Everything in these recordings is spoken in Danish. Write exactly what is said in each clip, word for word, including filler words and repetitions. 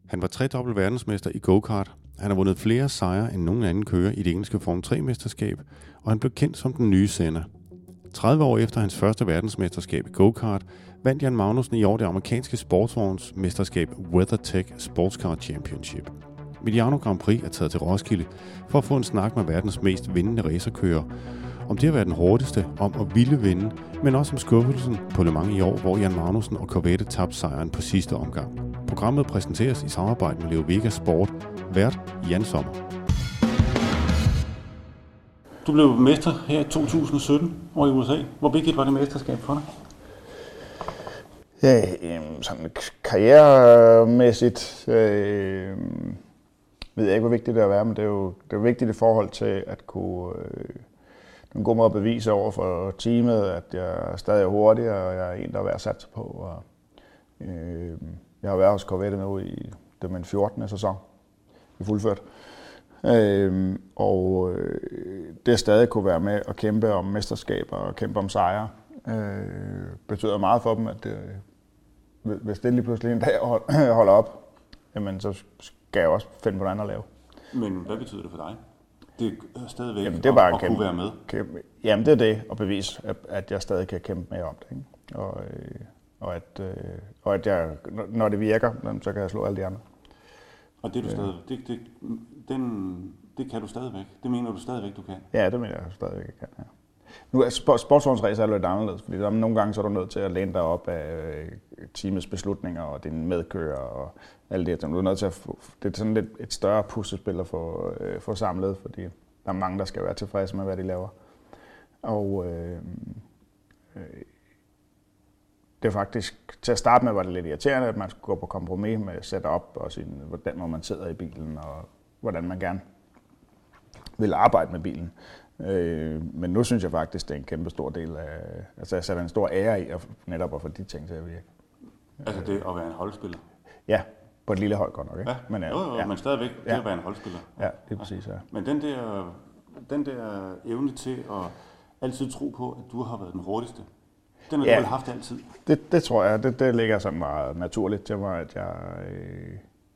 Han var tredobbelt verdensmester i go-kart. Han har vundet flere sejre end nogen anden kører i det engelske Formel tre-mesterskab, og han blev kendt som den nye Senna. tredive år efter hans første verdensmesterskab i go-kart, vandt Jan Magnussen i år det amerikanske sportsvognsmesterskab WeatherTech Sportscar Championship. Milano Grand Prix er taget til Roskilde for at få en snak med verdens mest vindende racerkører, om det har været den hurtigste, om at ville vinde, men også om skuffelsen på Le Mans i år, hvor Jan Magnussen og Corvette tabte sejren på sidste omgang. Programmet præsenteres i samarbejde med Leo Vegas Sport. Vært Jan Sommer. Du blev mester her i to tusind og sytten over i U S A. Hvor vigtigt var det mesterskab for dig? Ja, sådan karrieremæssigt øh, ved jeg ikke, hvor vigtigt det er at være, men det er jo det er vigtigt i forhold til at kunne øh, gå med at bevise over for teamet, at jeg stadig er hurtig, og jeg er en, der er værd at satse på. Og, øh, jeg har været hos Corvette nu i det min fjortende sæson i fuldført. Øh, og øh, det at stadig kunne være med og kæmpe om mesterskaber og kæmpe om sejre, øh, betyder meget for dem, at øh, hvis det lige pludselig en dag holder op, jamen så skal jeg også finde på noget andet at lave. Men hvad betyder det for dig? Det er stadigvæk jamen, det er bare at, at kæmpe, kunne være med? Kæmpe, jamen det er det, at bevise, at, at jeg stadig kan kæmpe med om det. Ikke? Og, øh, og, at, øh, og at jeg, når det virker, så kan jeg slå alle de andre. Og det er du stadig, det, det, den, det kan du stadigvæk? Det mener du stadigvæk, du kan? Ja, det mener jeg stadigvæk, jeg kan, ja. Nu er sportsvognsracer lidt anderledes, fordi der, nogle gange så er du nødt til at læne dig op af teamets beslutninger og dine medkører og alt det. Du er nødt til at få, det er sådan lidt et større puslespil at få, øh, få samlet, fordi der er mange, der skal være tilfredse med, hvad de laver. Og øh, øh, det er faktisk, til at starte med var det lidt irriterende, at man skulle gå på kompromis med setup og sin, hvordan man sidder i bilen og hvordan man gerne vil arbejde med bilen. Øh, men nu synes jeg faktisk, det er en kæmpe stor del af, altså jeg sætter en stor ære i at netop at få de ting til at virke. Altså det at være en holdspiller? Ja, på et lille hold godt nok, ikke? Ja, men, jo, jo, ja. men stadigvæk det ja. at være en holdspiller. Ja, det er præcis, ja. Men den der, den der evne til at altid tro på, at du har været den hurtigste, den har ja. du vel haft altid? Det, det tror jeg, det, det ligger sådan meget naturligt til mig, at jeg... Øh,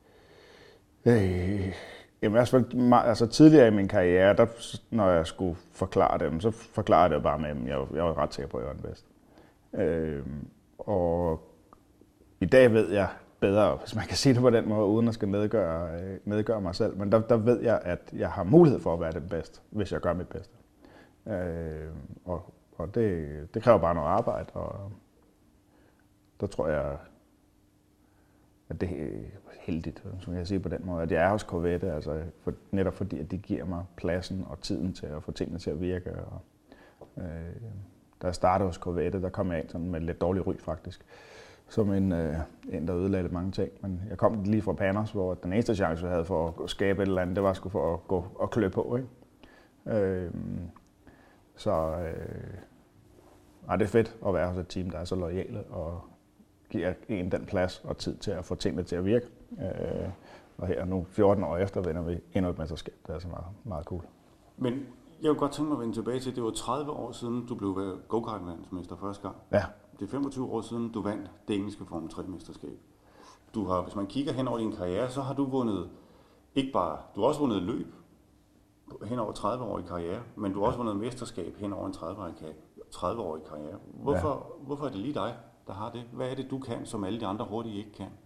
øh, Jamen, altså tidligere i min karriere, der, når jeg skulle forklare dem, så forklarede jeg det bare med dem. Jeg, jeg var ret sikker på, at jeg var den bedste. Øh, og i dag ved jeg bedre, hvis man kan sige det på den måde, uden at skal nedgøre, nedgøre mig selv. Men der, der ved jeg, at jeg har mulighed for at være den bedste, hvis jeg gør mit bedste. Øh, og og det, det kræver bare noget arbejde, og der tror jeg, at det er heldigt, som jeg siger på den måde, at jeg er hos Corvette, altså for, netop fordi, at de giver mig pladsen og tiden til at få tingene til at virke. Og, øh, da jeg startede hos Corvette, der kom jeg ind sådan med lidt dårlig ry faktisk, som en, øh, en der ødelagde mange ting. Men jeg kom lige fra Panos, hvor den eneste chance, jeg havde for at skabe et eller andet, det var sgu for at gå og klø på. Ikke? Øh, så øh, nej, det er fedt at være hos et team, der er så loyale og giver en den plads og tid til at få tingene til at virke. Øh, og her nu, fjorten år efter, vinder vi endnu et mesterskab. Det er altså meget, meget cool. Men jeg kunne godt tænke mig at vende tilbage til, at det var tredive år siden, du blev go-kart-verdensmester første gang. Ja. Det er femogtyve år siden, du vandt det engelske Formel tre-mesterskab. Du har, hvis man kigger hen over din karriere, så har du vundet, ikke bare, du har også vundet løb hen over tredive år i karriere, men du har også vundet mesterskab hen over en tredive år i karriere. Hvorfor, ja. hvorfor er det lige dig, der har det? Hvad er det, du kan, som alle de andre hurtige ikke kan?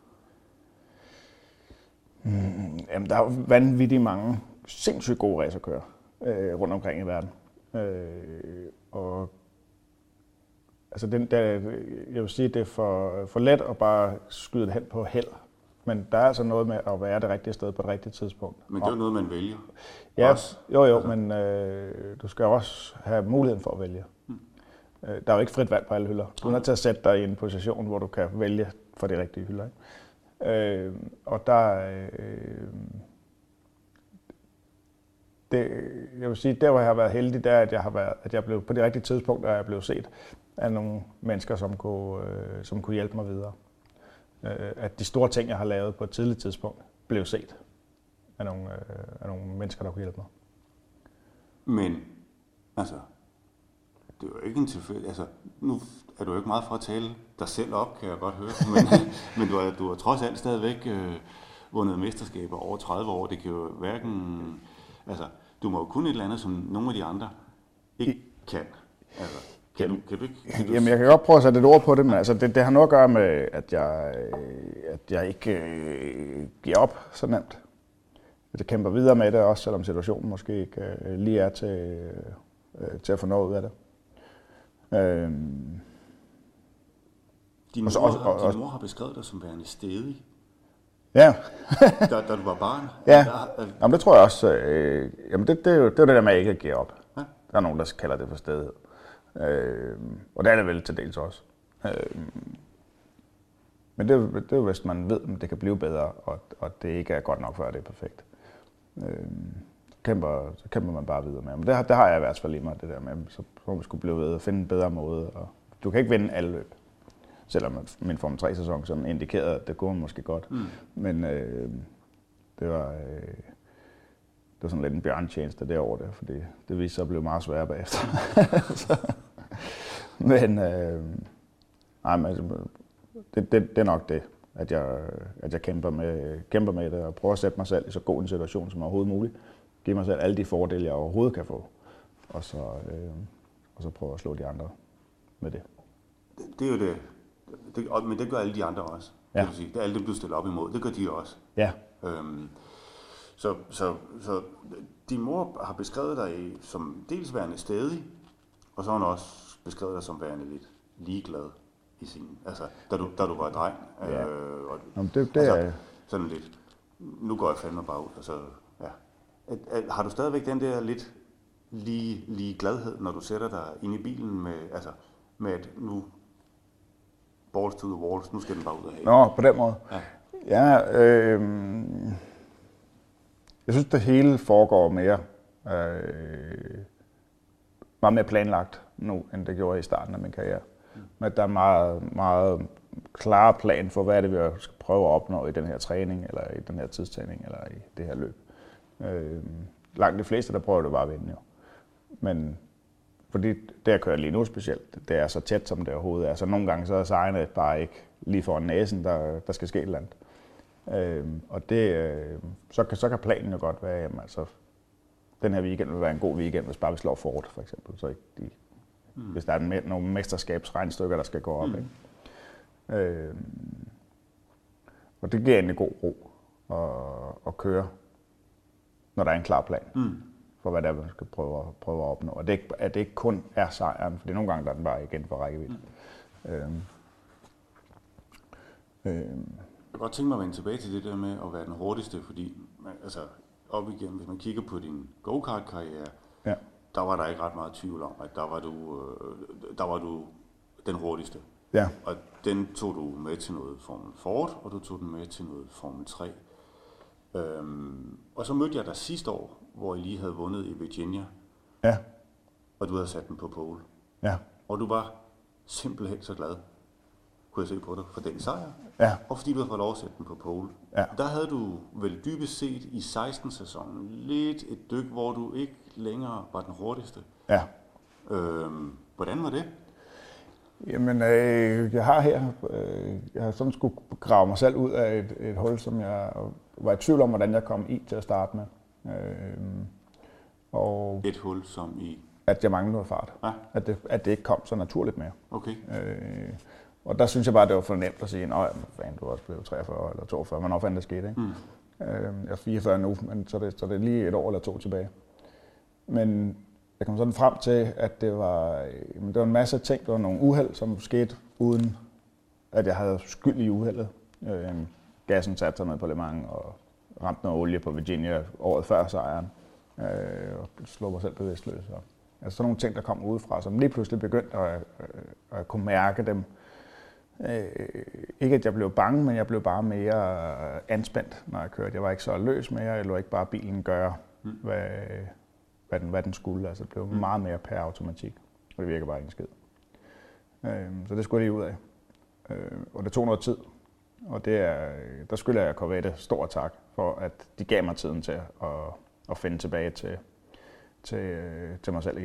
Mm, jamen, der er jo vanvittigt mange sindssygt gode racerkører øh, rundt omkring i verden. Øh, og altså, den, der, jeg vil sige, det er for, for let at bare skyde det hen på held. Men der er altså noget med at være det rigtige sted på det rigtige tidspunkt. Men det er jo noget, man vælger. Ja, også. jo jo, altså. men øh, du skal også have muligheden for at vælge. Hmm. Der er jo ikke frit valg på alle hylder. Du er nødt til at sætte dig i en position, hvor du kan vælge for de rigtige hylder. Ikke? Øh, og der, øh, det, jeg vil sige, der hvor jeg har været heldig, det er, at jeg har været, at jeg blev på de rigtige tidspunkter, er jeg blev set af nogle mennesker, som kunne, øh, som kunne hjælpe mig videre. Øh, at de store ting, jeg har lavet på et tidligt tidspunkt, blev set af nogle, øh, af nogle mennesker, der kunne hjælpe mig. Men, altså, det er jo ikke en tilfælde. Altså, nu er du jo ikke meget for at tale dig selv op, kan jeg godt høre. Men, men du, har, du har trods alt stadigvæk øh, vundet mesterskaber over tredive år. Det kan jo hverken... Altså, du må jo kunne et eller andet, som nogle af de andre ikke kan. Altså, kan du, kan du ikke... Kan du... Jamen, jeg kan godt prøve at sætte et ord på det, men altså, det, det har noget at gøre med, at jeg, at jeg ikke øh, giver op så nemt. At jeg kæmper videre med det, også selvom situationen måske ikke øh, lige er til, øh, til at få noget ud af det. Øhm. Din mor, og så, og, og, din mor har beskrevet dig som værende stædig. Ja. da, da du var barn. Ja, der, jamen, det tror jeg også. Øh, jamen det, det, er jo, det er det der med, at jeg ikke giver op. Ja. Der er nogen, der kalder det for stædighed. Øh, og det er det vel til dels også. Øh, men det, det er jo, hvis man ved, at det kan blive bedre, og, og det ikke er godt nok, før det er perfekt. Øh, så, kæmper, så kæmper man bare videre med. Men det, det har jeg i hvert fald i mig, det der med, så må vi skulle blive ved og finde en bedre måde. Og du kan ikke vinde alle løb. Selvom min Formel tre-sæson sådan indikerede, at det kunne måske godt. Mm. Men øh, det var... Øh, Det var sådan lidt en bjørntjeneste derovre der, fordi det viste sig at blive meget sværere bagefter. men øh, nej, men det, det, det er nok det, at jeg, at jeg kæmper, med, kæmper med det og prøver at sætte mig selv i så god en situation som overhovedet muligt. Give mig selv alle de fordele, jeg overhovedet kan få, og så, øh, og så prøve at slå de andre med det. Det, det er jo det. det, men det gør alle de andre også. Ja. Det vil sige. Det er alle dem, du stiller op imod. Det gør de også. Ja. Øhm, Så, så, så din mor har beskrevet dig som dels værende stædig, og så har hun også beskrevet dig som værende lidt ligeglad i sin, altså da du, da du var dreng. Ja. Øh, og, Jamen, det, det altså, er... sådan lidt, nu går jeg fandme bare ud, og så, ja. At, at, har du stadigvæk den der lidt lige, lige gladhed, når du sætter dig ind i bilen med, altså, med at nu, balls to the walls, nu skal den bare ud af haven? Nå, på den måde. Ja, ja øh... Jeg synes, det hele foregår mere, øh, meget mere planlagt nu, end det gjorde i starten af min karriere. Mm. Men der er en meget, meget klar plan for, hvad er det, vi skal prøve at opnå i den her træning, eller i den her tidstræning, eller i det her løb. Øh, langt de fleste, der prøver det bare at vinde jo. Men fordi det, jeg kører lige nu specielt, det er så tæt, som det overhovedet er. Så nogle gange så er sejrene bare ikke lige foran næsen, der, der skal ske et eller andet. Øhm, og det, øh, så, kan, så kan planen jo godt være, jamen, altså, den her weekend vil være en god weekend, hvis bare vi slår Ford, for eksempel. Så ikke de, mm. Hvis der er en, nogle mesterskabsregnstykker, der skal gå op. Mm. Ikke? Øhm, og det giver egentlig god ro at, at køre, når der er en klar plan mm. for, hvad det er, vi skal prøve at, prøve at opnå. Og det, at det ikke kun er sejren, for nogle gange der er den bare igen for rækkevidde. Mm. Øhm, øhm, Jeg kan godt tænke mig at vende tilbage til det der med at være den hurtigste, fordi altså, op igennem, hvis man kigger på din go-kart-karriere, ja. der var der ikke ret meget tvivl om, at der var du, øh, der var du den hurtigste. Ja. Og den tog du med til noget Formel Ford, og du tog den med til noget Formel tre. Øhm, og så mødte jeg dig sidste år, hvor I lige havde vundet i Virginia. Ja. Og du havde sat den på pole. Ja. Og du var simpelthen så glad, kunne jeg se på dig, for den sejr. Ja. Og fordi du havde fået lov at sætte den på pole. Ja. Der havde du vel dybest set i seksten-sæsonen lidt et dyk, hvor du ikke længere var den hurtigste. Ja. Øhm, hvordan var det? Jamen, øh, jeg har her, øh, jeg har sådan skulle grave mig selv ud af et, et hul, som jeg var i tvivl om, hvordan jeg kom i til at starte med. Øh, og et hul, som i? At jeg manglede noget fart. Ja. At, det, at det ikke kom så naturligt mere. Okay. Øh, og der synes jeg bare, det var for nemt at sige, at du er også blevet treogfyrre eller toogfyrre, hvornår fanden det skete, ikke? Mm. Øh, jeg er fireogfyrre nu, men så er, det, så er det lige et år eller to tilbage. Men jeg kom sådan frem til, at det var, det var en masse ting, der var nogle uheld, som skete uden, at jeg havde skyld i uheldet. Øh, gassen satte sig ned på Le Mans og ramte noget olie på Virginia året før sejren, øh, og slog mig selv bevidstløs. Og, altså sådan nogle ting, der kom udefra, som lige pludselig begyndte at, at, at kunne mærke dem. Øh, ikke at jeg blev bange, men jeg blev bare mere anspændt, når jeg kørte. Jeg var ikke så løs mere, jeg lå ikke bare bilen gøre, mm. hvad, hvad, den, hvad den skulle. Altså det blev mm. meget mere per automatik, og det virker bare ikke en skid. Øh, så det skulle jeg lige ud af. Øh, og det tog noget tid, og det er, der skylder jeg Corvette stor tak for, at de gav mig tiden til at, at finde tilbage til, til, til mig selv igen.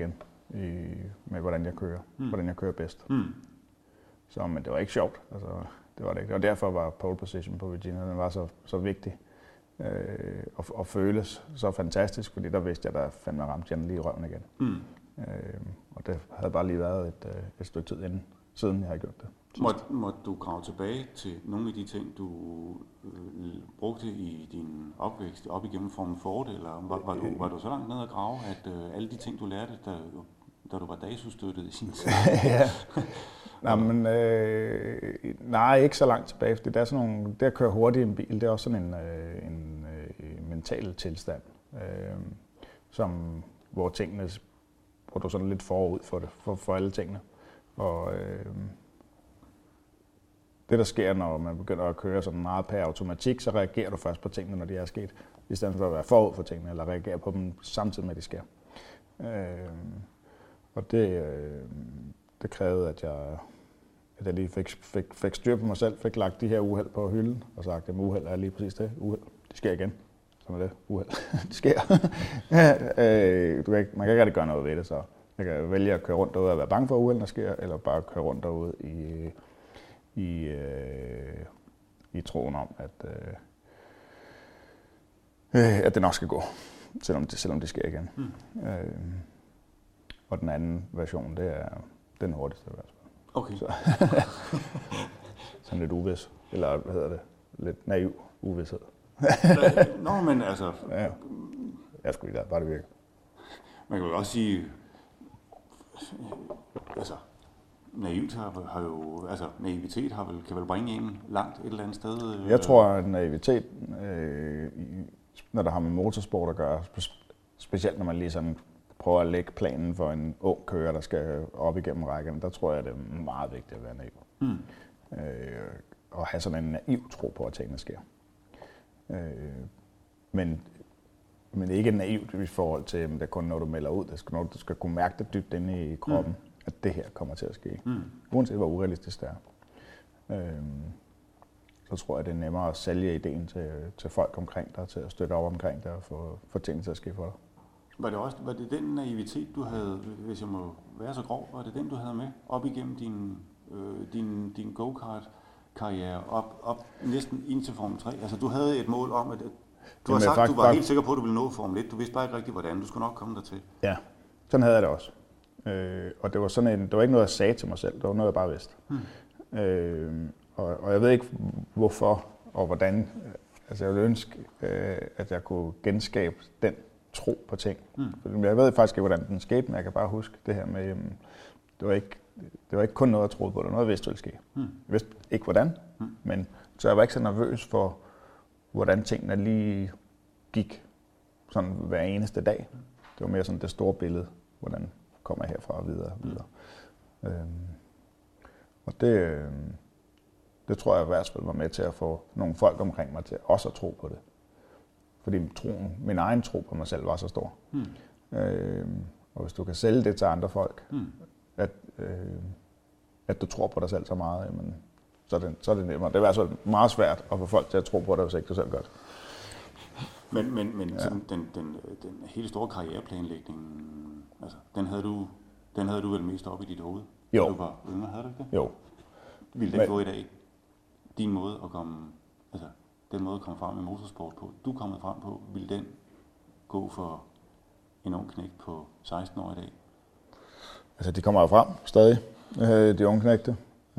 i, med hvordan jeg kører, mm. hvordan jeg kører bedst. Mm. Så, men det var ikke sjovt, altså, det var det ikke. Og derfor var pole position på Virginia, den var så, så vigtig. Øh, og, og føles så fantastisk, fordi der vidste jeg, der fandme ramte jeg lige i røven igen. Mm. Øh, og det havde bare lige været et, et stykke tid inden, siden jeg havde gjort det. Måtte, måtte du grave tilbage til nogle af de ting, du øh, brugte i din opvækst op igennem Formel Ford, eller var, var, du, var du så langt ned at grave, at øh, alle de ting, du lærte, da, da du var dagsudstøttet i sin tid? Ja. Nej, men, øh, nej, ikke så langt tilbage, fordi det er sådan nogle, det at køre hurtigt i en bil, det er også sådan en, øh, en øh, mental tilstand, øh, som, hvor tingene, hvor du sådan lidt forud for det, for, for alle tingene. Og øh, det der sker, når man begynder at køre sådan meget per automatik, så reagerer du først på tingene, når de er sket, i stedet for at være forud for tingene, eller reagere på dem samtidig med, at de sker. Øh, og det... Øh, Det krævede, at jeg, at jeg lige fik, fik, fik styr på mig selv, fik lagt de her uheld på hylden, og sagt, at uheld er lige præcis det. Uheld, det sker igen. Sådan er det. Uheld, det sker. du kan ikke, man kan ikke rigtig gøre noget ved det, så jeg kan vælge at køre rundt derude og være bange for, at uheldene sker, eller bare køre rundt derude i, i, øh, i troen om, at, øh, at det nok skal gå, selvom det, selvom det sker igen. Mm. Øh, og den anden version, det er den hurtigste i hvert fald. Okay. Så, sådan lidt uvis, eller hvad hedder det? Lidt naiv uvished. Nå, men altså... Ja, jeg skulle ikke bare det virker. Man kan jo også sige... Altså, naivt har, har jo... Altså, naivitet har vel, kan vel bringe en langt et eller andet sted? Jeg tror, at naivitet, øh, når der har med motorsport at gøre, specielt når man lige sådan prøver at lægge planen for en ung kører, der skal op igennem rækkerne, der tror jeg, det er meget vigtigt at være naiv. Mm. Øh, og have sådan en naiv tro på, at tingene sker. Øh, men, men ikke naivt i forhold til, at det er kun noget, du melder ud. Det skal noget, du skal kunne mærke det dybt inde i kroppen, mm. at det her kommer til at ske. Mm. Uanset hvor urealistisk det er. Øh, så tror jeg, det er nemmere at sælge ideen til, til folk omkring dig, til at støtte op omkring dig og få, få tingene til at ske for dig. Var det også var det den naivitet, du havde, hvis jeg må være så grov, var det den, du havde med op igennem din, øh, din, din go-kart-karriere, op, op næsten ind til Formel tre? Altså, du havde et mål om, at du har sagt, faktisk, du var helt sikker på, at du ville nå Formel et. Du vidste bare ikke rigtig, hvordan. Du skulle nok komme dertil. Ja, sådan havde jeg det også. Øh, og det var, sådan en, det var ikke noget, jeg sagde til mig selv. Det var noget, jeg bare vidste. Hmm. Øh, og, og jeg ved ikke, hvorfor og hvordan. Altså, jeg ville ønske, øh, at jeg kunne genskabe den tro på ting. Mm. Jeg ved faktisk ikke, hvordan den skete, men jeg kan bare huske det her med, um, det var ikke, det var ikke kun noget, jeg troede på, det var noget, jeg vidste ville ske. Mm. Jeg vidste ikke, hvordan, mm. men så jeg var ikke så nervøs for, hvordan tingene lige gik sådan hver eneste dag. Det var mere sådan det store billede, hvordan kommer jeg herfra og videre og videre. Mm. Øhm, og det, øhm, det tror jeg i hvert fald var med til at få nogle folk omkring mig til også at tro på det. Fordi troen, min egen tro på mig selv var så stor. Hmm. Øh, og hvis du kan sælge det til andre folk, hmm. at, øh, at du tror på dig selv så meget, jamen, så, er det, så er det nemmere. Det er i hvert fald meget svært at få folk til at tro på dig, hvis ikke du selv gør det. Men, men, men ja. sådan, den, den, den hele store karriereplanlægning, altså, den, havde du, den havde du vel mest op i dit hoved? Jo. Da du var yngre, havde du ikke det? Jo. Ville det ikke gå i dag? Din måde at komme... Altså, den måde at komme frem med motorsport på, du er kommet frem på, vil den gå for en ung knægt på seksten år i dag? Altså, de kommer jo frem stadig, de unge knægte.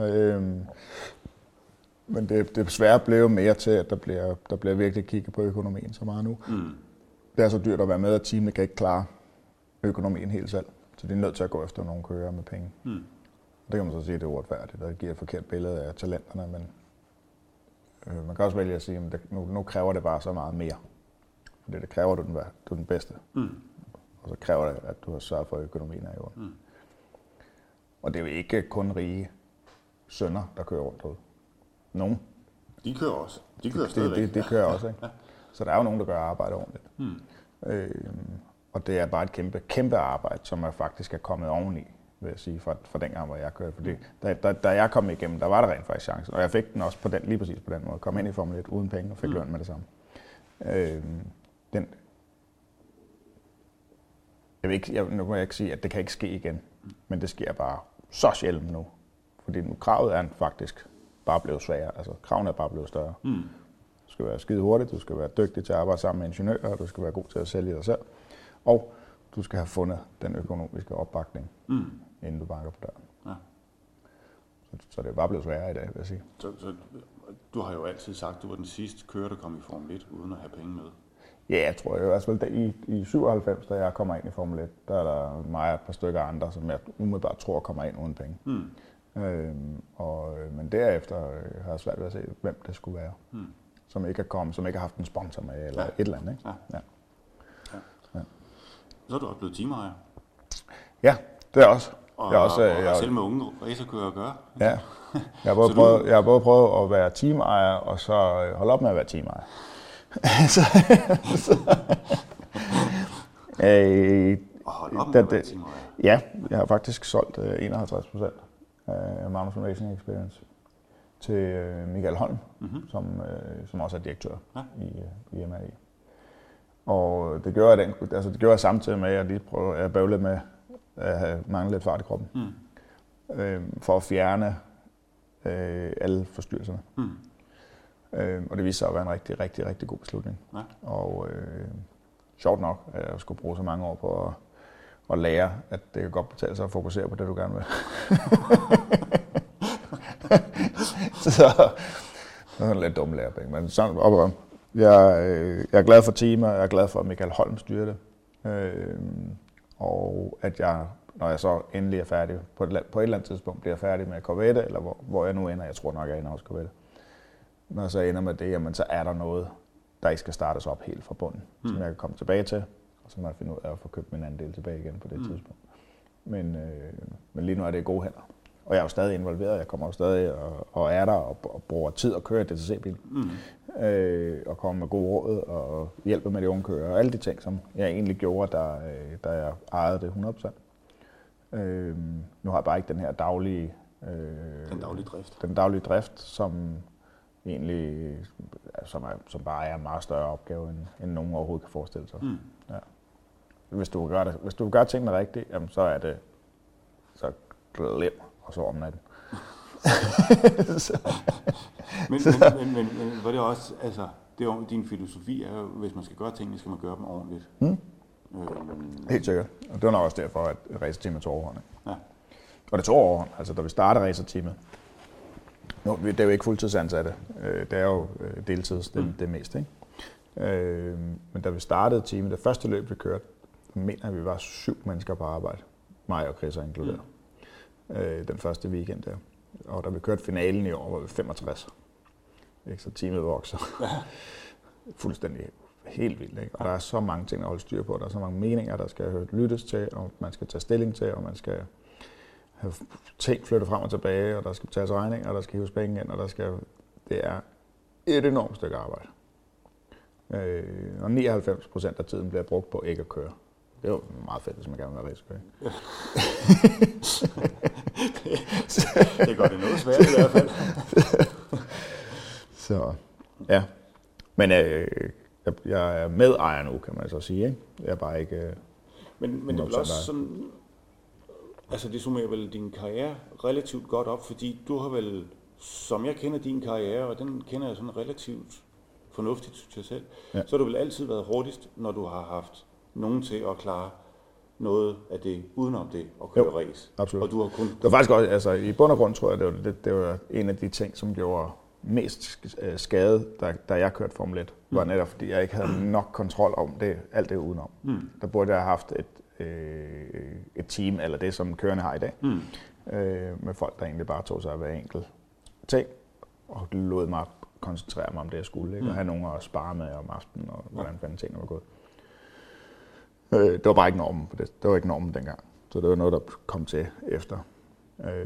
Men det, det desværre blev mere til, at der bliver, der bliver virkelig kigget på økonomien så meget nu. Mm. Det er så dyrt at være med, at teamet kan ikke klare økonomien helt selv. Så de er nødt til at gå efter nogle kører med penge. Mm. Det kan man så sige, at det er uretfærdigt, og det giver et forkert billede af talenterne, men øh, man kan også vælge at sige, at det, nu, nu kræver det bare så meget mere. Fordi det kræver, at du er den, du er den bedste. Mm. Og så kræver det, at du har sørget for, at økonomien er i orden. Mm. Og det er jo ikke kun rige sønner, der kører rundt derude. Nogen. De kører også. De kører de, stadigvæk. De, de, de kører også, ikke? Ja. Så der er jo nogen, der gør arbejde ordentligt. Mm. Øh, og det er bare et kæmpe, kæmpe arbejde, som er faktisk er kommet oveni, vil jeg sige, fra, fra dengang, hvor jeg kørte. Fordi da, da, da jeg kom igennem, der var der rent faktisk chancen. Og jeg fik den også på den, lige præcis på den måde. Kom ind i Formel et uden penge og fik mm. løn med det samme. Øh, den, Jeg vil ikke, jeg, nu må jeg ikke sige, at det kan ikke ske igen, mm. men det sker bare så sjældent nu. Fordi nu kravet er faktisk bare blevet sværere. Altså kravene er bare blevet større. Mm. Du skal være skide hurtigt, du skal være dygtig til at arbejde sammen med ingeniører, du skal være god til at sælge dig selv. Og du skal have fundet den økonomiske opbakning, mm. inden du banker på døren. Ja. Så, så det er bare blevet sværere i dag, vil jeg sige. Så, så du har jo altid sagt, at du var den sidste kører, der kom i Formel et, uden at have penge med. Ja, jeg tror jo. Altså, i, i syvoghalvfems, da jeg kommer ind i Formel et, der er der mig og et par stykker andre, som jeg umiddelbart tror kommer ind uden penge. Mm. Øhm, og, men derefter har jeg svært ved at se, hvem det skulle være. Mm. Som ikke er kommet, som ikke har haft en sponsor med, eller ja. et eller andet. Ikke? Ja. Ja. Ja. Ja. Så er du også blevet teamejer. Ja, det er også. Og, jeg er også, og jeg, selv med unge racerkører at gøre. Ja, jeg har, både prøvet, jeg har både prøvet at være teamejer, og så holde op med at være teamejer. så, så, øh, og holde op med at være teamejer? Ja, jeg har faktisk solgt øh, enoghalvtreds procent af Magnussen Racing Experience til øh, Michael Holm, mm-hmm. som, øh, som også er direktør ja. i, i M R I. Og det gjorde jeg, den, altså det gjorde jeg samtidig med, at jeg lige prøvede at bøvle med at have manglet lidt fart i kroppen. Mm. Øh, for at fjerne øh, alle forstyrrelserne. Mm. Øh, og det viste sig at være en rigtig, rigtig, rigtig god beslutning. Ja. Og øh, sjovt nok, at jeg skulle bruge så mange år på at, at lære, at det kan godt betale sig at fokusere på det, du gerne vil. så det er en lidt dum lærepenge, men sådan op og om. Jeg, øh, jeg er glad for teamet, jeg er glad for, at Michael Holm styrer det. Øh, og at jeg, når jeg så endelig er færdig, på et, på et eller andet tidspunkt bliver færdig med Corvette, eller hvor, hvor jeg nu ender, jeg tror nok, jeg ender hos Corvette. Når jeg så ender med det, jamen, så er der noget, der ikke skal startes op helt fra bunden, mm. som jeg kan komme tilbage til, og så må jeg finde ud af at få købt min andel tilbage igen på det mm. tidspunkt. Men, øh, men lige nu er det i gode hænder. Og jeg er jo stadig involveret, jeg kommer jo stadig og, og er der og, og bruger tid at køre D T C-bil. Mm. Øh, og kommer med gode råd og hjælper med de unge kører og alle de ting, som jeg egentlig gjorde, da, da jeg ejede det hundrede procent. Øh, nu har jeg bare ikke den her daglige, øh, den daglige drift, den daglige drift som egentlig som, er, som bare er en meget større opgave, end, end nogen overhovedet kan forestille sig. Mm. Ja. Hvis du gør det, hvis du gør tingene rigtigt, jamen, så er det så glem og så om natten. men, men, men, men, men var det også, altså, det er, din filosofi er jo, hvis man skal gøre tingene, skal man gøre dem ordentligt. Mm. Øhm. Helt sikkert. Og det var nok også derfor, at racerteamet tog overhånd. Ja. Og det tog overhånd, altså da vi startede racerteamet. Nu, det er jo ikke fuldtidsansatte, det er jo deltids, det, mm. det meste. Ikke? Øh, men da vi startede teamet, det første løb vi kørte, mener jeg, vi var syv mennesker på arbejde. Mig og Chris er inkluderet. Mm. Øh, den første weekend der. Og da vi kørte finalen i år, var vi femogtres. Ikke? Så teamet vokser. Ja. Fuldstændig helt vildt. Ikke? Og der er så mange ting at holde styr på. Der er så mange meninger, der skal lyttes til, og man skal tage stilling til, og man skal have ting flyttet frem og tilbage, og der skal betales regninger, og der skal hives penge ind, og der skal... Det er et enormt stykke arbejde. Øh, og nioghalvfems procent af tiden bliver brugt på ikke at køre. Det er jo meget fedt, hvis man gerne vil være racerkører. Ja. det gør det noget svært i hvert fald. Så, ja. Men øh, jeg, jeg er medejer nu, kan man så sige. Ikke? Jeg er bare ikke... Øh, men men det er vel også sådan... Altså det summerer vel din karriere relativt godt op, fordi du har vel, som jeg kender din karriere, og den kender jeg sådan relativt fornuftigt til selv, ja. Så har du vel altid været hurtigst, når du har haft nogen til at klare noget af det udenom det at køre jo, race. Absolut. Og du har kun... Det var faktisk også, altså i bund og grund tror jeg, det var, det, det var en af de ting, som gjorde mest skade, da, da jeg kørte Formel et, mm. var netop fordi jeg ikke havde nok kontrol om det, alt det udenom. Mm. Der burde jeg have haft et et team, eller det, som kørende har i dag, mm. øh, med folk, der egentlig bare tog sig af hver enkelt ting, og lod mig koncentrere mig om det, jeg skulle, ikke? Mm. Og have nogen at spare med om aftenen, og hvordan fanden tingene var gået. Øh, det var bare ikke normen for det. Det var ikke normen dengang, så det var noget, der kom til efter. Øh,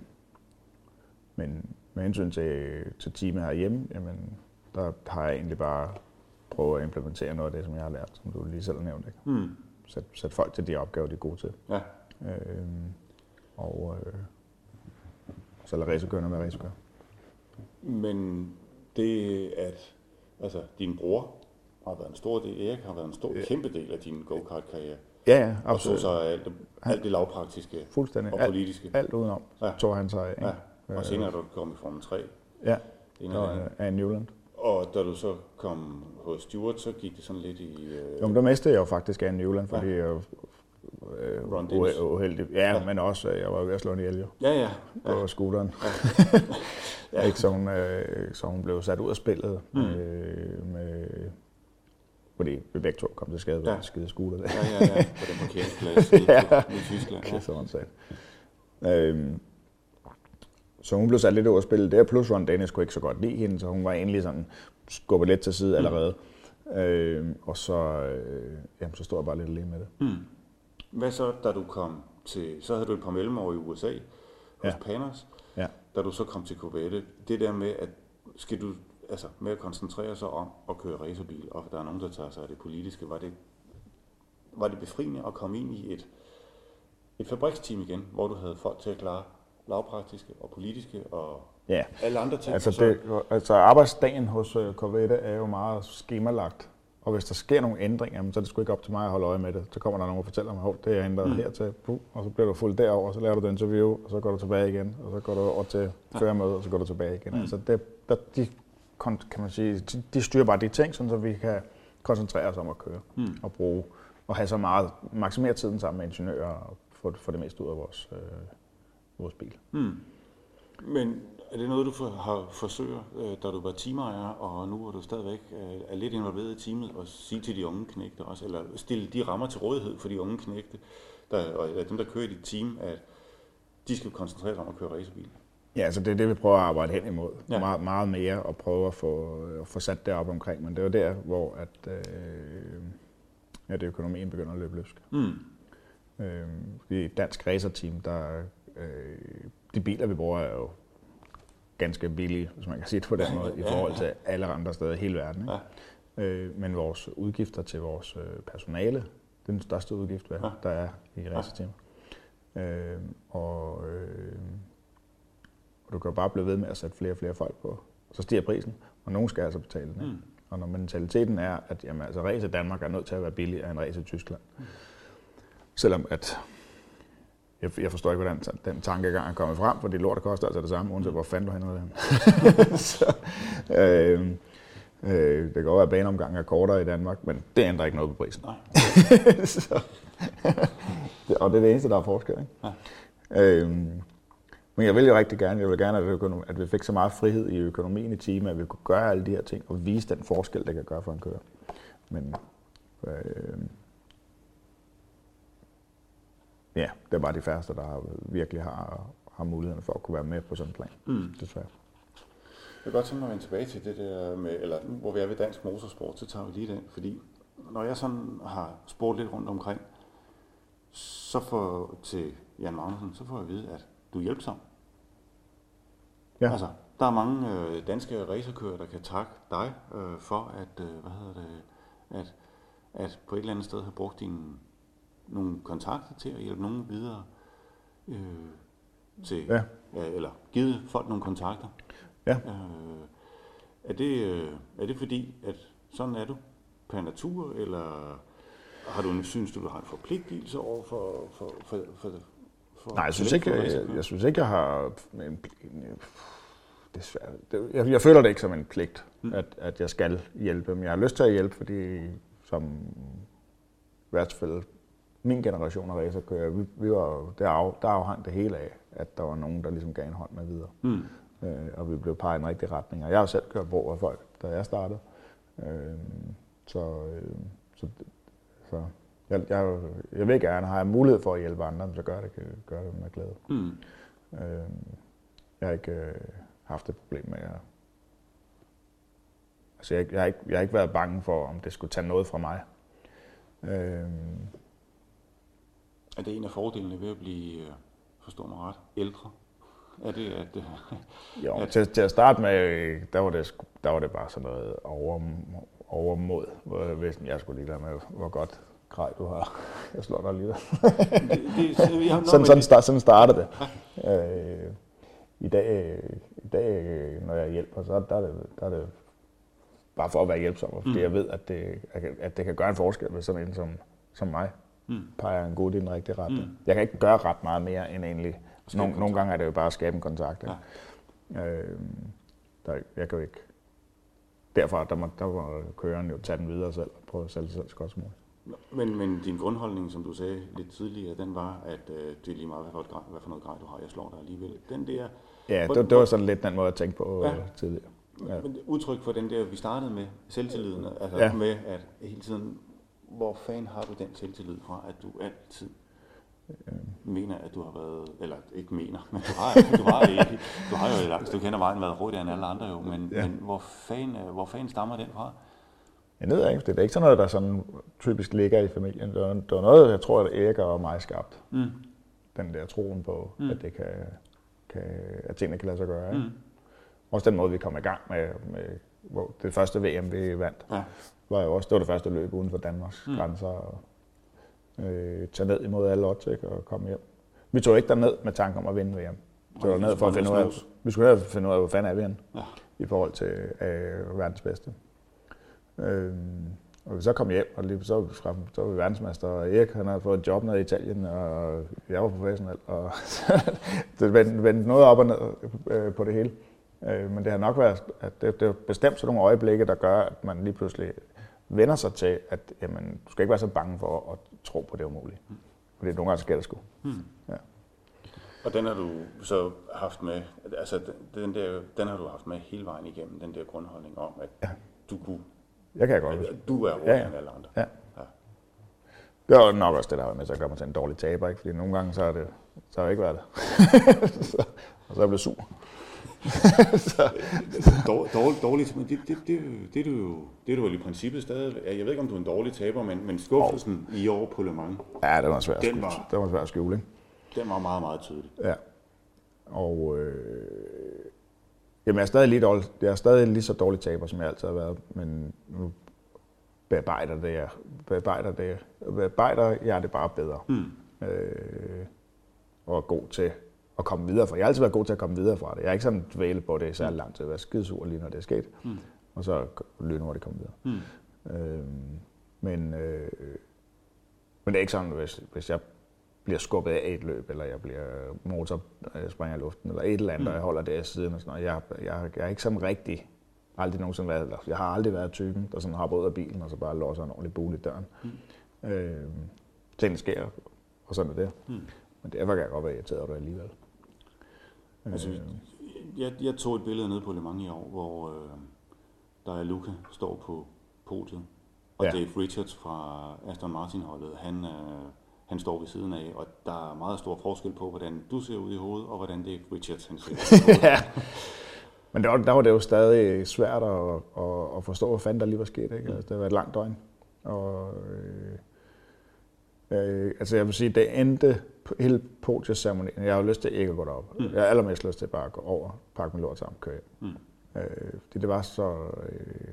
men med hensyn til, til teamet herhjemme, jamen, der har jeg egentlig bare prøvet at implementere noget af det, som jeg har lært, som du lige selv har nævnt, ikke? Mm. Sæt, sæt folk til de opgaver, de er gode til. Ja. Øhm, og øh, så lad racerkørerne være racerkører. Men det, at altså, din bror har været en stor del, Erik har været en stor, ja. kæmpe del af din go-kart-karriere. Ja, ja, absolut. Og så så alt, alt det lavpraktiske fuldstændig. og politiske. Alt, alt udenom, ja. Tog han sig af. Ja. Og senere, da du kom i Formel tre. Ja, og af Newland. Og da du så kom hos Stewart, så gik det sådan lidt i... Øh... Jo, men der mistede jeg jo faktisk af Newland, fordi ja. jeg øh, Ron Dennis. uheldig. Ja, ja, men også, jeg var ved at slå en ihjel jo. Ja, ja. På ja. scooteren. Ja. ja. Ikke, så, hun, øh, så hun blev sat ud af spillet. Mm. Øh, med, fordi vi begge to kom til skade ved ja. at skide scooter. Ja, ja, ja. På den parkeringsplads i, ja. i Tyskland. Ja. Det er sådan sagt. Øhm, så hun blev sat lidt ud af spillet der, plus Ron Dennis kunne ikke så godt lide hende, så hun var egentlig sådan skubbet lidt til side allerede. Mm. Øhm, og så, øh, jamen, så stod jeg bare lidt alene med det. Mm. Hvad så, da du kom til, så havde du et par mellemår i U S A hos ja. Panos, ja. da du så kom til Corvette. Det der med, at skal du, altså med at koncentrere sig om at køre racerbil, og der er nogen, der tager sig af det politiske, var det, var det befriende at komme ind i et, et fabriksteam igen, hvor du havde folk til at klare lavpraktiske og politiske og ja. alle andre ting? Altså, det, altså arbejdsdagen hos Corvette er jo meget skemalagt. Og hvis der sker nogle ændringer, så er det sgu ikke op til mig at holde øje med det. Så kommer der nogen og fortæller mig, at det er ændret mm. hertil, og så bliver du fuldt derover, og så laver du et interview, og så går du tilbage igen, og så går du over til førermøde, og så går du tilbage igen. Mm. Altså det, der, de, kan man sige, de, de styrer bare de ting, sådan, så vi kan koncentrere os om at køre mm. og bruge, og have så meget, maksimere tiden sammen med ingeniører, og få, få det mest ud af vores, øh, vores bil. Mm. Men er det noget, du for, har forsøger, da du var teamejer, og nu er du stadigvæk er lidt involveret i teamet, og sige til de unge knægte også, eller stille de rammer til rådighed for de unge knægte, der, og dem, der kører i dit team, at de skal koncentrere sig om at køre racerbil? Ja, altså det er det, vi prøver at arbejde hen imod. Ja. Meget, meget mere at prøve at få, at få sat det op omkring, men det er jo der, hvor at, øh, at økonomien begynder at løbe løsk. Mm. Øh, I et dansk racerteam, der øh, de biler, vi bruger, er jo ganske billige, hvis man kan sige det på den måde, i forhold til alle andre steder i hele verden. Ikke? Ja. Øh, men vores udgifter til vores personale, det er den største udgift, hvad ja. der er i racerteamet. Ja. Øh, og, øh, og du kan jo bare blive ved med at sætte flere og flere folk på. Så stiger prisen, og nogen skal altså betale den. Ikke? Mm. Og når mentaliteten er, at jamen, altså, race i Danmark er nødt til at være billigere end race i Tyskland. Mm. Selvom at Jeg, jeg forstår ikke, hvordan den tankegang er kommet frem, for det lort, der koster altså det samme, uanset hvor fanden du henter det. så, øh, øh, det kan godt være, at baneomgangen er kortere i Danmark, men det ændrer ikke noget på prisen. Nej. så, og det er det eneste, der er forskel. Ikke? Ja. Øh, men jeg vil jo rigtig gerne, jeg vil gerne, at, økonom, at vi fik så meget frihed i økonomien i teamet, at vi kunne gøre alle de her ting og vise den forskel, det kan gøre for en kører. Men øh, ja, det er bare de færreste, der har, virkelig har, har muligheden for at kunne være med på sådan en plan, mm. desværre. Jeg kan godt tænke mig at vende tilbage til det der med, eller hvor vi er ved dansk motorsport, så tager vi lige den, fordi når jeg sådan har spurgt lidt rundt omkring, så får til Jan Magnussen, så får jeg at vide, at du er hjælpsom. Ja. Altså, der er mange øh, danske racerkører, der kan takke dig øh, for, at, øh, hvad hedder det, at, at på et eller andet sted have brugt dine nogle kontakter til at hjælpe nogen videre øh, til, ja. øh, eller givet folk nogle kontakter. Ja. Øh, er, det, øh, er det fordi, at sådan er du per natur, eller har du, synes du, du har en forpligtelse over for, for, for, for, for Nej, jeg synes, ikke, jeg, jeg synes ikke, jeg har en, en, det er svært. Det, jeg, jeg føler det ikke som en pligt, hmm. at, at jeg skal hjælpe dem. Jeg har lyst til at hjælpe, fordi som i hvert fald min generation af racerkører, vi, vi var, der, af, der afhang det hele af, at der var nogen, der ligesom gav en hånd med videre. Mm. Øh, og vi blev peget i en rigtig retning. Og jeg har selv kørt bro af folk, da jeg startede. Øh, så øh, så, så jeg, jeg, jeg vil gerne have mulighed for at hjælpe andre, så gør det, gør det med glæde. Mm. Øh, jeg har ikke øh, haft et problem med at... Altså, jeg, jeg, har ikke, jeg har ikke været bange for, om det skulle tage noget fra mig. Øh, Er det en af fordelene ved at blive, forstå mig ret, ældre? Er det, at... jo, at... Til, til at starte med, der var det, der var det bare sådan noget over, overmod. Hvis jeg skulle lige med, hvor godt grej du har. Jeg slår dig lige der. det, det, sådan, sådan, start, sådan starter det. øh, i, dag, I dag, når jeg hjælper, så der er det, der er det bare for at være hjælpsom. Fordi mm. jeg ved, at det, at det kan gøre en forskel med sådan en som, som mig. mm. peger en gut i den rigtige retning. Mm. Jeg kan ikke gøre ret meget mere end egentlig. Nogle, nogle gange er det jo bare at skabe en kontakt. Ja. Øh, der, jeg kan jo ikke. Derfor der må, der må køreren jo tage den videre selv og prøve at sælge sig selv så godt som muligt. Men, men din grundholdning, som du sagde lidt tidligere, den var, at øh, det er lige meget, hvad for, et grej, hvad for noget grej du har, jeg slår dig alligevel. Den der... Ja, hvor, det, det var sådan lidt den måde at tænke på ja. tidligere. Ja. Men udtryk for den der, vi startede med, selvtilliden, altså ja. med at hele tiden, hvor fanden har du den selvtillid fra, at du altid øh. mener, at du har været, eller ikke mener, men du har, du har, ikke, du har jo et langt stykke hen ad vejen været hurtigere end alle andre jo, men, ja. men hvor, fanden, hvor fanden stammer den fra? Jeg ved ikke, det er ikke sådan noget, der sådan typisk ligger i familien. Det var, det var noget, jeg tror, at Erik og mig skabte. Mm. Den der troen på, mm. at, det kan, kan, at tingene kan lade sig gøre. Mm. Også den måde, vi kom i gang med, med hvor det første V M, vi vandt, ja. var jo også det, var det første løb uden for Danmarks mm. grænser. Og, øh, tage ned imod alle odds og komme hjem. Vi tog ikke derned med tanke om at vinde V M. Så var ned for at finde ud af, vi skulle ned for at finde ud af, hvor fanden er vi henne ja. i forhold til øh, verdens bedste. Øh, og vi så kom hjem, og lige, så, så var vi verdensmester, og Erik han havde fået et job nede i Italien, og jeg var professionel, og det vendte, vendte noget op og ned øh, på det hele. Øh, men det har nok været, at det, det er bestemt sådan nogle øjeblikke, der gør, at man lige pludselig vender sig til, at jamen, du skal ikke være så bange for at tro på det umulige. Mm. Fordi nogle gange sker det sgu. Mm. Ja. Og den har du så haft med, altså den, der, den har du haft med hele vejen igennem, den der grundholdning om, at ja. du kunne... Jeg kan godt. At du er hurtigere ja, ja. end alle andre. Ja. Ja. Det var nok også det, der var med til at gøre mig til en dårlig taber, ikke? Fordi nogle gange så har det, så har det ikke været det. så, og så er jeg blevet sur. så. Dårligt, dårligt, men det, det, det, det, er du, det er du vel i princippet stadig. Jeg ved ikke, om du er en dårlig taber, men, men skuffelsen oh. i år på Le Mans. Ja, det var svært den var, det var svært at skjule, ikke? Den var meget, meget tydelig. Ja. Og øh, jamen, jeg er stadig lige dårlig. Jeg er stadig lige så dårlig taber, som jeg altid har været, men nu bearbejder det jeg. Bearbejder det. Bearbejder jeg det bare bedre. Hmm. Øh, og er god til at komme videre fra. Jeg har altid været god til at komme videre fra det. Jeg er ikke sådan dvælet på det særlig langt til at være skidesur lige når det er sket. Mm. Og så lyne, hvor det kommer videre. Mm. Øh, men, øh, men det er ikke sådan, hvis, hvis jeg bliver skubbet af et løb, eller jeg bliver motor springer i luften, eller et eller andet, mm. og jeg holder det af siden og sådan noget. Jeg, jeg, jeg er ikke sådan rigtig, aldrig nogensinde været, jeg har aldrig været typen, der sådan hopper ud af bilen, og så bare låser en ordentlig bule i døren. Mm. Øh, tingene sker, og sådan er det. Mm. Men derfor kan jeg godt være irriteret over det alligevel. Altså, jeg, jeg tog et billede nede på Le Mans i år, hvor øh, der er Luca står på podiet, og ja. Dave Richards fra Aston Martin-holdet, han, øh, han står ved siden af, og der er meget stor forskel på, hvordan du ser ud i hovedet, og hvordan Dave Richards han ser ud i hovedet. Ja. Men der var, der var det jo stadig svært at, at, at forstå, hvad fanden der lige var sket. Ikke? Altså, det var et langt døgn. Og, øh, øh, altså jeg vil sige, det endte hele podiumsceremonien. Jeg har jo lyst til ikke at gå derop. Mm. Jeg har allermest lyst til bare at gå over, pakke min lort sammen og køre hjem. Mm. Øh, fordi det var så... Øh,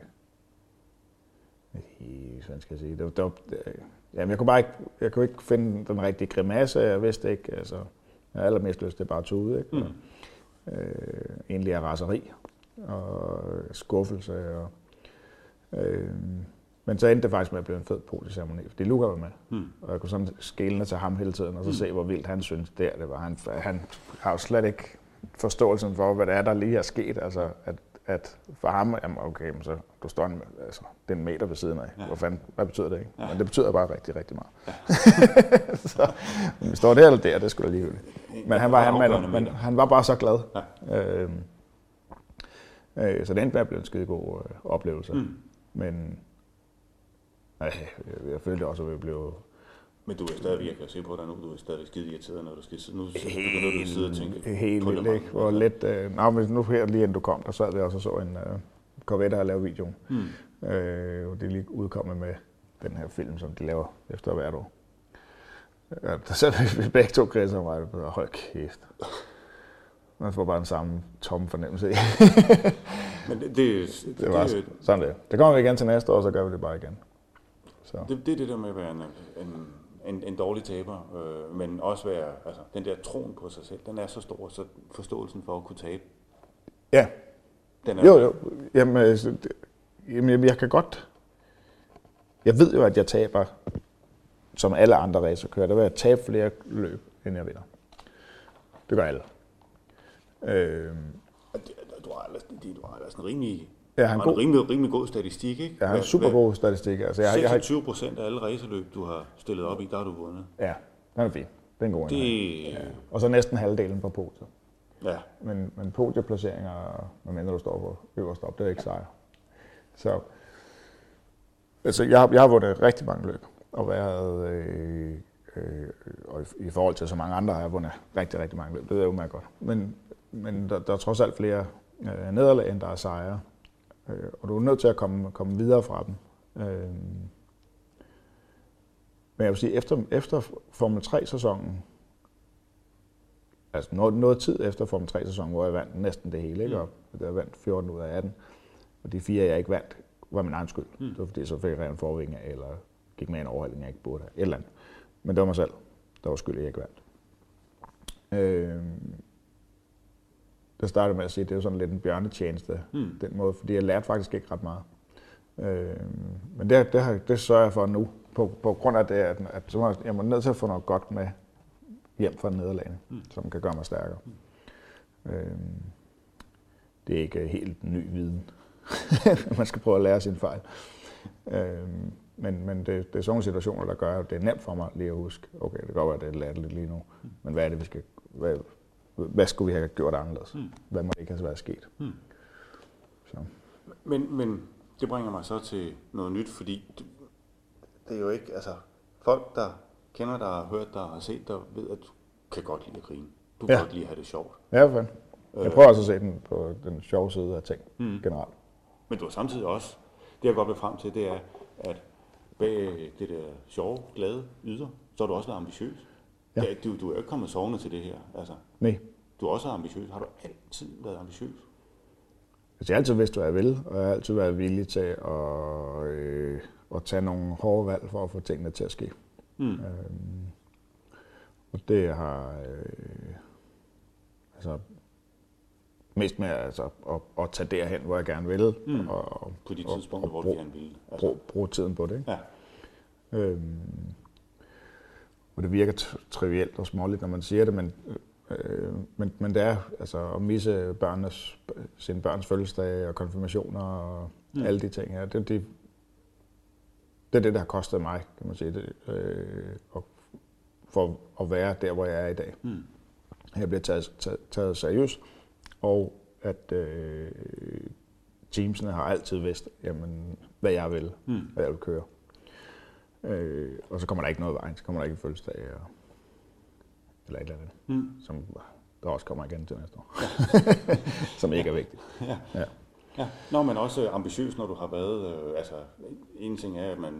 hvad skal jeg sige? Det var, det var, det, jamen, jeg kunne bare ikke, jeg kunne ikke finde den rigtige grimasse. Jeg vidste ikke, altså... Jeg har allermest lyst til bare at tage ud, ikke? Mm. Øh, egentlig er raseri og skuffelse. Og, øh, men så endte det faktisk med at blive en fed podiumsceremoni, fordi Luca var med. Mm. Og jeg kunne sådan skælne til ham hele tiden, og så mm. se, hvor vildt han synes der det var. Han, han har jo slet ikke forståelsen for, hvad det er, der lige er sket. Altså, at, at for ham, jamen okay, men så du står en, altså, det er en meter ved siden af. Ja. Hvor fanden, hvad betyder det ikke? Ja. Men det betyder bare rigtig, rigtig meget. Ja. så, men vi står der eller der, det skulle da lige Men han var, han, man, men han var bare så glad. Ja. Øh, øh, så det endte med at blive en skide god øh, oplevelse. Mm. Men øh, jeg, jeg følte også, at vi blev... Men du er stadig, jeg kan se på dig nu, du er stadig skide irriteret, når du skal sidde. Nu begynder du at sidde og tænke helt på vildt, ikke? Hvor lidt... Øh, nej, men nu her lige inden du kom, der sad vi også og så en øh, Corvette, der lavede videoen. Mm. Øh, og det er lige udkommet med den her film, som de laver efter hvert år. Ja, der sad vi begge to kredser og mig, og hold kæft. Man får bare den samme tomme fornemmelse i. Men det, det, det, det var det, sådan det. Det kommer vi igen til næste år, så gør vi det bare igen. Så. Det, det er det der med at være en, en, en, en dårlig taber, øh, men også være, altså den der troen på sig selv, den er så stor, så forståelsen for at kunne tabe. Ja. Den er jo, jo. Jamen, altså, det, jamen, jeg kan godt... Jeg ved jo, at jeg taber som alle andre racerkører, der vil jeg tabe flere løb, end jeg vinder. Det gør alle. Øh, du har altså en rimelig, ja, han god, en rimelig, rimelig god statistik, ikke? Jeg har en super god statistik. Altså, jeg, seksogtyve procent af alle racerløb, du har stillet op i, der har du vundet. Ja, den er fin. Det er en god det... ja. Og så næsten halvdelen på podiet. Ja. Men, men podieplaceringer, medmindre du står på øverst op, det er ikke sejr. Så altså, jeg, har, jeg har vundet rigtig mange løb, og været, øh, øh, og i, i forhold til så mange andre har jeg vundet rigtig, rigtig mange løb. Det ved jeg jo meget godt. Men, men der, der er trods alt flere øh, nederlag, end der er sejre. Øh, og du er nødt til at komme, komme videre fra dem. Øh, men jeg vil sige, efter, efter Formel tre-sæsonen, altså noget, noget tid efter Formel tre-sæsonen, hvor jeg vandt næsten det hele, ikke? Og jeg vandt fjorten ud af atten. Og de fire, jeg ikke vandt, var min egen skyld. Mm. Det var fordi, så fik jeg en forvinge, eller gik med en overhaling, jeg ikke burde have. Et eller andet. Men det var mig selv, der var skyld, jeg ikke vandt. Øh, det startede med at sige, at det var sådan lidt en bjørnetjeneste, mm. den måde, fordi jeg lærte faktisk ikke ret meget. Øh, men det, det, har, det sørger jeg for nu, på, på grund af det, at, at så må jeg, jeg må nødt til at få noget godt med hjem fra nederlagene, mm. som kan gøre mig stærkere. Mm. Øh, det er ikke helt ny viden. Man skal prøve at lære sin fejl. Øh, men men det, det er sådan nogle situationer, der gør, at det er nemt for mig lige at huske, okay, det kan godt være, at det er latterligt lige nu, mm. men hvad er det, vi skal, hvad, hvad skulle vi have gjort anderledes? Mm. Hvad må det ikke have været sket? Mm. Så. Men, men det bringer mig så til noget nyt, fordi det, det er jo ikke, altså folk, der kender dig, har hørt dig, har set dig, ved, at du kan godt lide at grine. Du kan ja. godt lide at have det sjovt. Ja, for fanden. Jeg prøver også at se den på den sjove side af ting, mm. generelt. Men du har samtidig også, det jeg godt vil frem til, det er, at bag det der sjove, glade yder, så har du også været ambitiøs. Ja. Det er, du, du er jo ikke kommet sovende til det her. Altså, nej. Du er også ambitiøs. Har du altid været ambitiøs? Altså, jeg har altid vidst, hvad jeg vil, og jeg har altid været villig til at, øh, at tage nogle hårde valg for at få tingene til at ske. Mm. Øhm, og det har øh, altså mest med altså, at, at tage derhen, hvor jeg gerne vil. Mm. Og, på de tidspunkter, hvor du gerne vil. Altså. Bruge brug tiden på det. Ikke? Ja. Øhm, og det virker t- trivielt og småligt, når man siger det, men, øh, men, men det er altså, at misse børnenes, sine børns fødselsdage og konfirmationer og mm. alle de ting her. Det, det, det er det, der har kostet mig, kan man sige, det, øh, og for at være der, hvor jeg er i dag. Mm. Jeg bliver taget, taget, taget seriøst. Og at øh, teamsene har altid vidst, jamen, hvad jeg vil, mm. hvad jeg vil køre. Øh, og så kommer der ikke noget vejen, så kommer der ikke en fødselsdag og, eller et eller andet, mm. som der også kommer igen til næste år, ja. som ikke er vigtigt. Ja. Ja. Ja. Nå, men også ambitiøs, når du har været, øh, altså en ting er, at man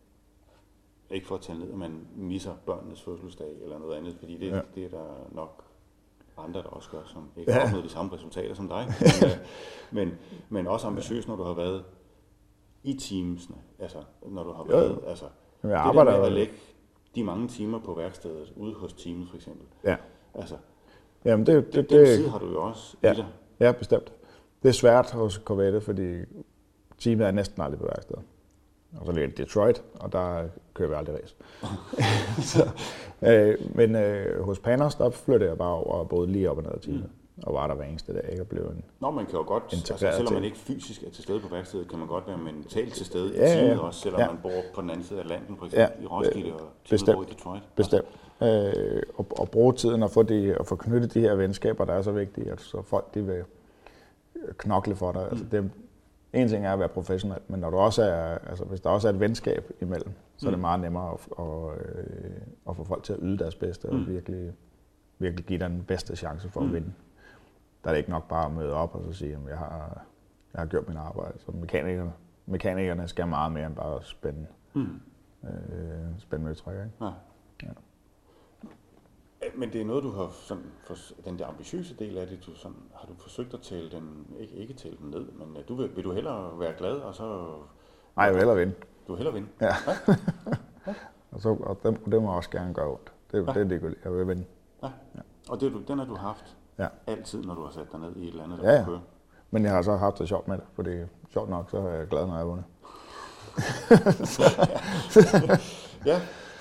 ikke får taget ned, at man misser børnenes fødselsdag eller noget andet, fordi det, ja. det er der nok andre, der også gør, som ikke har ja. opnået de samme resultater som dig. Men, men, men også ambitiøs, når du har været i teamsene. Altså, når du har været, jo. altså, jeg det arbejder der med at lægge de mange timer på værkstedet, ude hos teamet for eksempel. Ja. Altså, jamen det, det, den det, side har du jo også ja, i dig. Ja, bestemt. Det er svært hos Corvette, fordi teamet er næsten aldrig på værkstedet. Og så ligger det Detroit, og der kører vi aldrig race. så, øh, men øh, hos Panos, der flyttede jeg bare over og boede lige op og ned af teamet. Mm. Og var der hver eneste dag, og blev en Nå, man kan jo godt, altså, selvom man ikke fysisk er til stede på værkstedet, kan man godt være mentalt til stede ja, i teamet ja, også, selvom ja. man bor på den anden side af landet, for eksempel ja, i Roskilde og teamet bor i Detroit. Bestemt. Øh, og, og bruge tiden og få, de, og få knyttet de her venskaber, der er så vigtige, at så folk de vil knokle for dig. Mm. Altså, det, en ting er at være professionel, men når du også er, altså, hvis der også er et venskab imellem, så mm. er det meget nemmere at, at, at, at få folk til at yde deres bedste mm. og virkelig, virkelig give dig den bedste chance for mm. at vinde. Der er det ikke nok bare at møde op og så sige, at jeg har, jeg har gjort min arbejde. Så mekanikerne, mekanikerne skal meget mere end bare at spænde, mm. øh, spænde møtrækker. Ikke? Ja. Ja. Men det er noget, du har sådan, for den der ambitiøse del af det, du sådan, har du forsøgt at tælle den, ikke, ikke tælle den ned, men du vil, vil du hellere være glad, og så... Nej, jeg vil hellere vinde. Du vil hellere vinde? Ja. ja. og så, og det, det må også gerne gøre ondt. Det, ja. det er det, jeg vil vinde. Ja. Ja. Og det, den har du haft ja. altid, når du har sat dig ned i et eller andet, der ja, ja. kører? Men jeg har så haft det sjovt med det, fordi sjovt nok, så er jeg glad, når jeg har vundet. ja,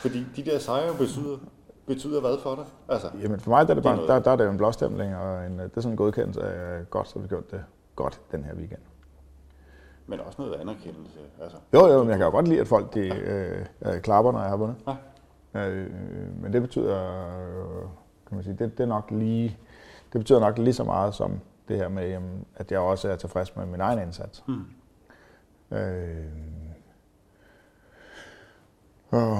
Fordi de der sejre betyder, betyder hvad for dig? Altså, Jamen for mig der er det, bare, det er der, der er det jo en blåstempling, og en, det er sådan en godkendelse af godt, så vi gjort det godt den her weekend. Men også noget anerkendelse. Altså, Jo, jo, men jeg kan jo godt lide, at folk de, øh, øh, klapper, når jeg har vundet. Ja. Øh, men det betyder, øh, kan man sige, det, det er nok lige, det betyder nok lige så meget som det her med, jamen, at jeg også er tilfreds med min egen indsats. Hmm. Øh, og,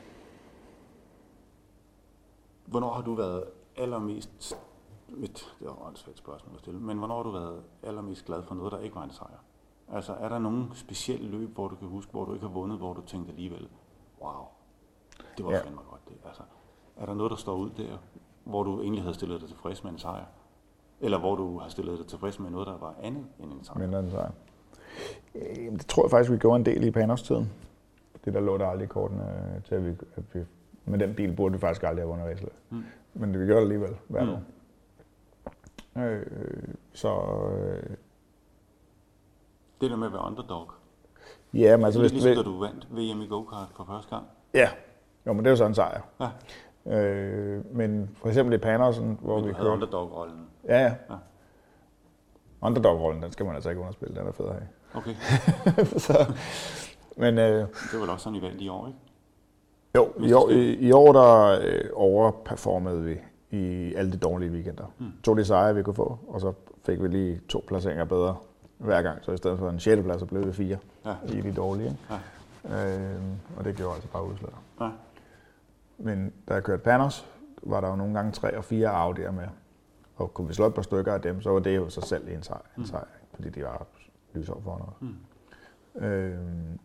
Hvornår har du været allermest, det er jo et svært spørgsmål at stille, men hvornår har du været allermest glad for noget, der ikke var en sejr? Altså, er der nogen specielle løb, hvor du kan huske, hvor du ikke har vundet, hvor du tænkte alligevel, wow, det var ja. fandme godt det. Altså, er der noget, der står ud der, hvor du egentlig havde stillet dig tilfreds med en sejr? Eller hvor du har stillet dig tilfreds med noget, der var andet end en sejr? Mindre end sejr. Øh, det tror jeg faktisk, vi gjorde en del i Panos-tiden. Det der lå der aldrig i kortene til, at vi, at vi med den bil burde vi faktisk aldrig have vundet racet. Mm. Men det vi gjorde det alligevel hvert mm. år. Øh, så... Øh, det der med at være underdog. Ja, men altså... Det er ligesom, da du vandt V M i go-kart for første gang. Ja, jo, men det er jo så en sejr. Ja. Øh, men for eksempel i Panersen, hvor men vi kørte... Men underdog-rollen. Ja, ja. ja. Underdog-rollen, den skal man altså ikke underspille, den er fed at have. Okay. så, men... Øh, det var vel også sådan, I vandt i år, ikke? Jo, i år, i, i år der øh, overperformede vi i alle de dårlige weekender. Hmm. Tog de sejre, vi kunne få, og så fik vi lige to placeringer bedre hver gang. Så i stedet for en sjette plads, så blev det fire ja. i de dårlige. Ja. Øh, og det gjorde altså bare udslaget. Ja. Men da jeg kørte Panos, var der jo nogle gange tre og fire Audi'er med. Og kunne vi slå et par stykker af dem, så var det jo sig selv en sejr, en sejr mm. fordi de var lysår foran os. Mm. Øh,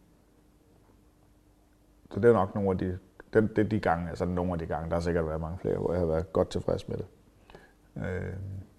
så det er nok nogle af de, det, det er de gange, altså nogle af de gange, der har sikkert været mange flere, hvor jeg har været godt tilfreds med det. Øh,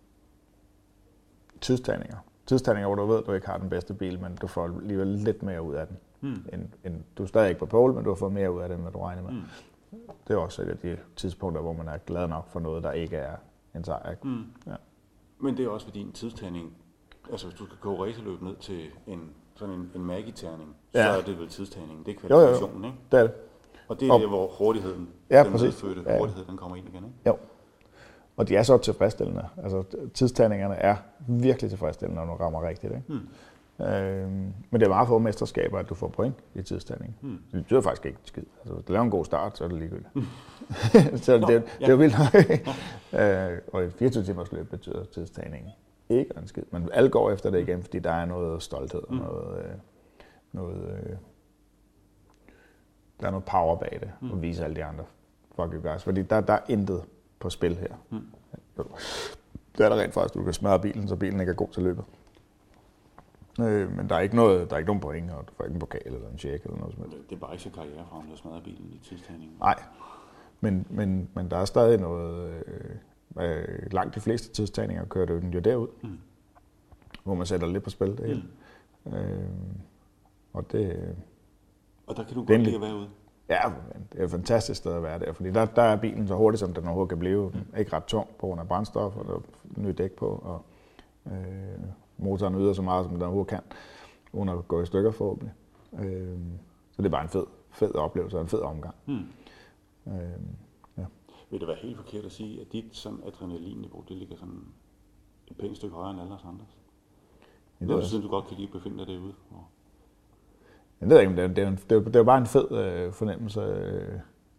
tidstagninger. Tidstagninger, hvor du ved, at du ikke har den bedste bil, men du får alligevel lidt mere ud af den. Mm. End, end, du er stadig ikke på pole, men du har fået mere ud af den, end hvad du regner med. Mm. Det er også et af de tidspunkter, hvor man er glad nok for noget, der ikke er en sejr. Ikke? Mm. Ja. Men det er også fordi en tidstagning, altså hvis du skal gå racerløb ned til en sådan en, en Maggi-terning, ja. så er det vel tidstagning. Det er kvalifikationen, jo, jo. ikke? Det er det. Og det er og, der, hvor hurtigheden, ja, den medfødte ja. hurtighed, den kommer ind igen, ikke? Jo. Og de er så tilfredsstillende. Altså tidstagningerne er virkelig tilfredsstillende, når du rammer rigtigt, ikke? Hmm. Øhm, men det er meget få mesterskaber, at du får point i tidstagning. Hmm. Det betyder faktisk ikke skid. Altså, hvis du laver en god start, så er det ligegyldigt. Hmm. så Nå, det, det ja. er jo vildt nok. øh, og et fireogtyve timers løb betyder tidstagningen ikke en skid. Men alle går efter det igen, fordi der er noget stolthed og hmm. noget, øh, noget øh, der er noget power bag det, hmm. og vise alle de andre fuck you guys. Fordi der, der er intet på spil her. Hmm. Det er der rent faktisk, du kan smøre bilen, så bilen ikke er god til løbet. Øh, men der er ikke noget, der er ikke nogen point, og du får ikke en pokal eller en check eller noget som helst. Det er bare ikke så karrierefrem, der smadrer bilen i tidstagningen. Nej, men, men, men der er stadig noget, øh, øh, langt de fleste tidstagninger kører du den jo derud, mm. hvor man sætter lidt på spil det hele. Mm. Øh, og det Og der kan du godt lide at være ude? Ja, det er et fantastisk sted at være der, fordi der, der er bilen så hurtigt, som den overhovedet kan blive. Mm. Ikke ret tung på grund af brændstof, og der er nye dæk på, og øh, motoren yder så meget, som den overhovedet kan, uden at gå i stykker forhåbentlig. Øh, så det er bare en fed, fed oplevelse og en fed omgang. Mm. Øh, ja. Vil det være helt forkert at sige, at dit sådan adrenalinniveau, det ligger sådan et pænt stykke højere end alle os andres? Ja, det er synes, du godt kan lide at befinde dig derude? Og... Jeg ved ikke, men det er, det er, en, det er, det er bare en fed øh, fornemmelse. Øh,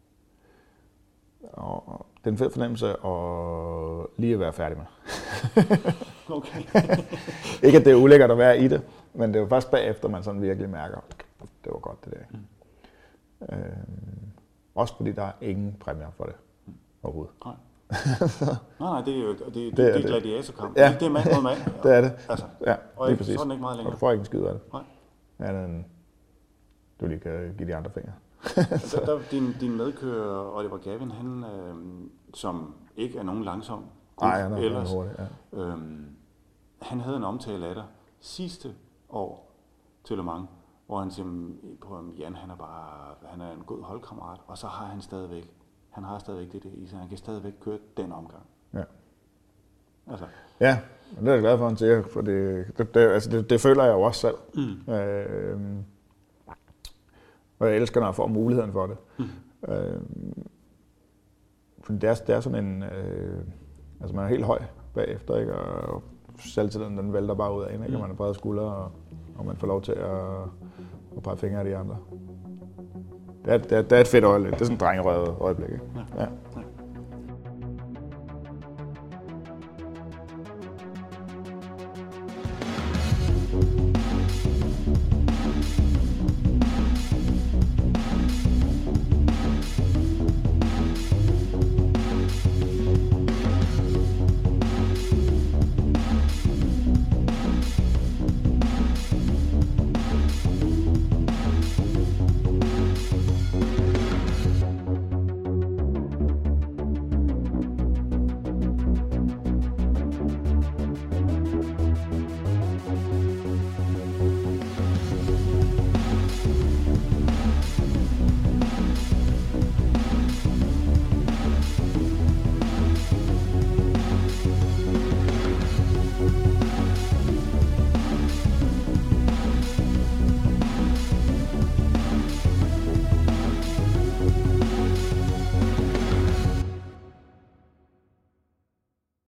og det er en fed fornemmelse at lige at være færdig med. Okay. Ikke at det er ulækkert at være i det, men det er jo først bagefter, man sådan virkelig mærker, det var godt det der. Mm. Øh, også fordi der er ingen præmier for det mm. overhovedet. Nej. nej, nej, det er jo det, det, det, det er gladiatorkamp. Ja. Det er mand mod mand. Det er det. Altså, ja, og lige præcis. Så er den ikke meget længere. Og du får ikke en skid af det. Nej. Ja, den, du lige kan give de andre fingre. der, der, din, din medkører, Oliver Gavin, han, øh, som ikke er nogen langsom, nej, han er ellers, hurtigt, ja. øh, han havde en omtale af dig sidste år til Le Mans, hvor han siger på ham, Jan, han er bare, han er en god holdkammerat, og så har han stadigvæk, han har stadigvæk det der i sig, han kan stadigvæk køre den omgang. Ja. Altså. Ja, det er jeg glad for, han siger, for det, det, det, altså det, det føler jeg jo også selv. Mm. Øh, og jeg elsker, når jeg får muligheden for det. Mm. Øh, fordi det er, det er sådan en... Øh, altså, man er helt høj bagefter, ikke? Og selvtilliden, den vælter bare ud af en, ikke? Mm. Man er brede skuldre, og, og man får lov til at, at pege fingre af de andre. Det er, det, er, det er et fedt øjeblik. Det er sådan et drengerøvet øjeblik, ikke? Ja. Ja.